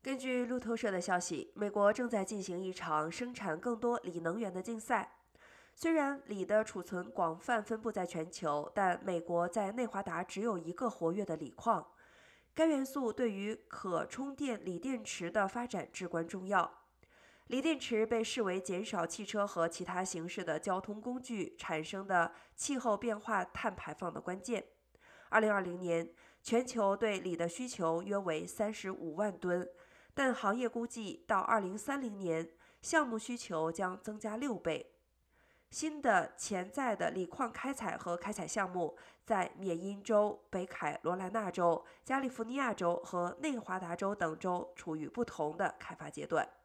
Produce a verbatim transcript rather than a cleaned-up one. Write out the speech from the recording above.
根据路透社的消息，美国正在进行一场生产更多锂能源的竞赛。虽然锂的储存广泛分布在全球，但美国在内华达只有一个活跃的锂矿。该元素对于可充电锂电池的发展至关重要。锂电池被视为减少汽车和其他形式的交通工具产生的气候变化碳排放的关键。二零二零年，全球对锂的需求约为三十五万吨，但行业估计到二零三零年，项目需求将增加六倍。新的潜在的锂矿开采和开采项目在缅因州、北卡罗来纳州、加利福尼亚州和内华达州等州处于不同的开发阶段。